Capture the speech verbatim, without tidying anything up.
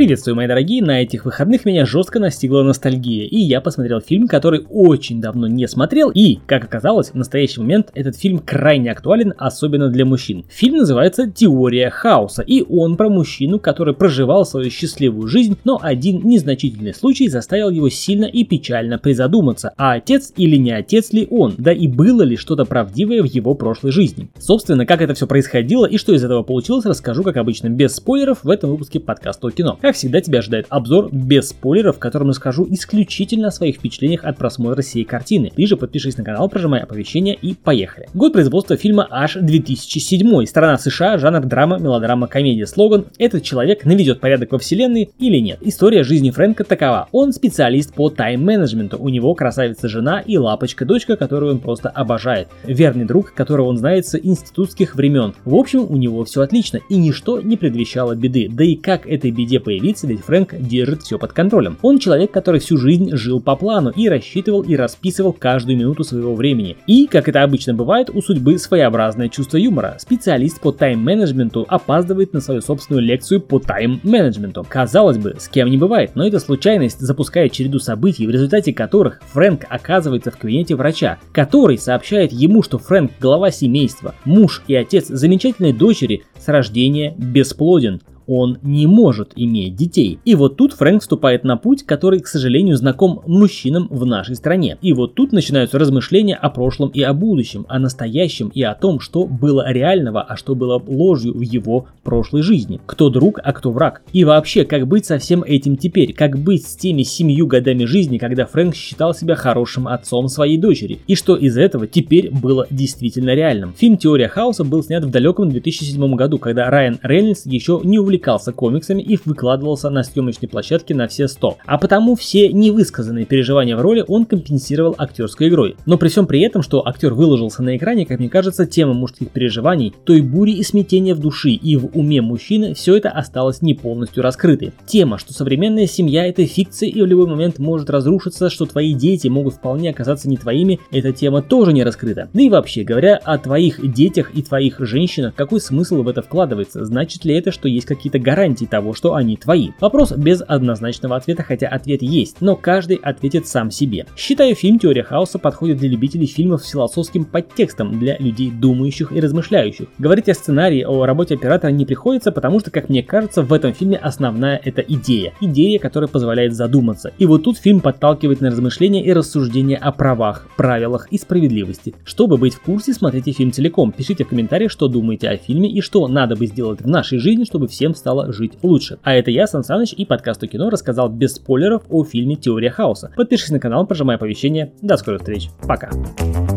Приветствую, мои дорогие, на этих выходных меня жестко настигла ностальгия, и я посмотрел фильм, который очень давно не смотрел, и, как оказалось, в настоящий момент этот фильм крайне актуален, особенно для мужчин. Фильм называется «Теория хаоса», и он про мужчину, который проживал свою счастливую жизнь, но один незначительный случай заставил его сильно и печально призадуматься, а отец или не отец ли он, да и было ли что-то правдивое в его прошлой жизни. Собственно, как это все происходило и что из этого получилось, расскажу, как обычно, без спойлеров в этом выпуске подкаста о кино. Как всегда, тебя ожидает обзор без спойлеров, в котором расскажу исключительно о своих впечатлениях от просмотра сей картины. Ты же подпишись на канал, прожимай оповещения и поехали. Год производства фильма аж две тысячи седьмой. Страна США, жанр драма, мелодрама, комедия. Слоган: этот человек наведет порядок во вселенной или нет. История жизни Фрэнка такова. Он специалист по тайм-менеджменту. У него красавица жена и лапочка-дочка, которую он просто обожает. Верный друг, которого он знает с институтских времен. В общем, у него все отлично и ничто не предвещало беды. Да и как этой беде появиться, ведь Фрэнк держит все под контролем. Он человек, который всю жизнь жил по плану и рассчитывал и расписывал каждую минуту своего времени. И, как это обычно бывает, у судьбы своеобразное чувство юмора. Специалист по тайм-менеджменту опаздывает на свою собственную лекцию по тайм-менеджменту. Казалось бы, с кем не бывает, но эта случайность запускает череду событий, в результате которых Фрэнк оказывается в кабинете врача, который сообщает ему, что Фрэнк глава семейства, муж и отец замечательной дочери, с рождения бесплоден. Он не может иметь детей. И вот тут Фрэнк вступает на путь, который, к сожалению, знаком мужчинам в нашей стране. И вот тут начинаются размышления о прошлом и о будущем, о настоящем и о том, что было реального, а что было ложью в его прошлой жизни. Кто друг, а кто враг. И вообще, как быть со всем этим теперь? Как быть с теми семью годами жизни, когда Фрэнк считал себя хорошим отцом своей дочери? И что из этого теперь было действительно реальным? Фильм «Теория хаоса» был снят в далеком две тысячи седьмом году, когда Райан Рейнольдс еще не увлекался увлекался комиксами и выкладывался на съемочной площадке на все сто. А потому все невысказанные переживания в роли он компенсировал актерской игрой. Но при всем при этом, что актер выложился на экране, как мне кажется, тема мужских переживаний, той бури и смятения в душе и в уме мужчины, все это осталось не полностью раскрытой. Тема, что современная семья — это фикция и в любой момент может разрушиться, что твои дети могут вполне оказаться не твоими, эта тема тоже не раскрыта. Да и вообще, говоря о твоих детях и твоих женщинах, какой смысл в это вкладывается? Значит ли это, что есть какие-то какие-то гарантии того, что они твои? Вопрос без однозначного ответа, хотя ответ есть, но каждый ответит сам себе. Считаю, фильм «Теория хаоса» подходит для любителей фильмов с философским подтекстом, для людей думающих и размышляющих. Говорить о сценарии, о работе оператора не приходится, потому что, как мне кажется, в этом фильме основная это идея. Идея, которая позволяет задуматься. И вот тут фильм подталкивает на размышления и рассуждения о правах, правилах и справедливости. Чтобы быть в курсе, смотрите фильм целиком. Пишите в комментариях, что думаете о фильме и что надо бы сделать в нашей жизни, чтобы всем стало жить лучше. А это я, Сан Саныч, и подкаст о кино рассказал без спойлеров о фильме «Теория хаоса». Подпишись на канал, прожимай оповещения. До скорых встреч. Пока.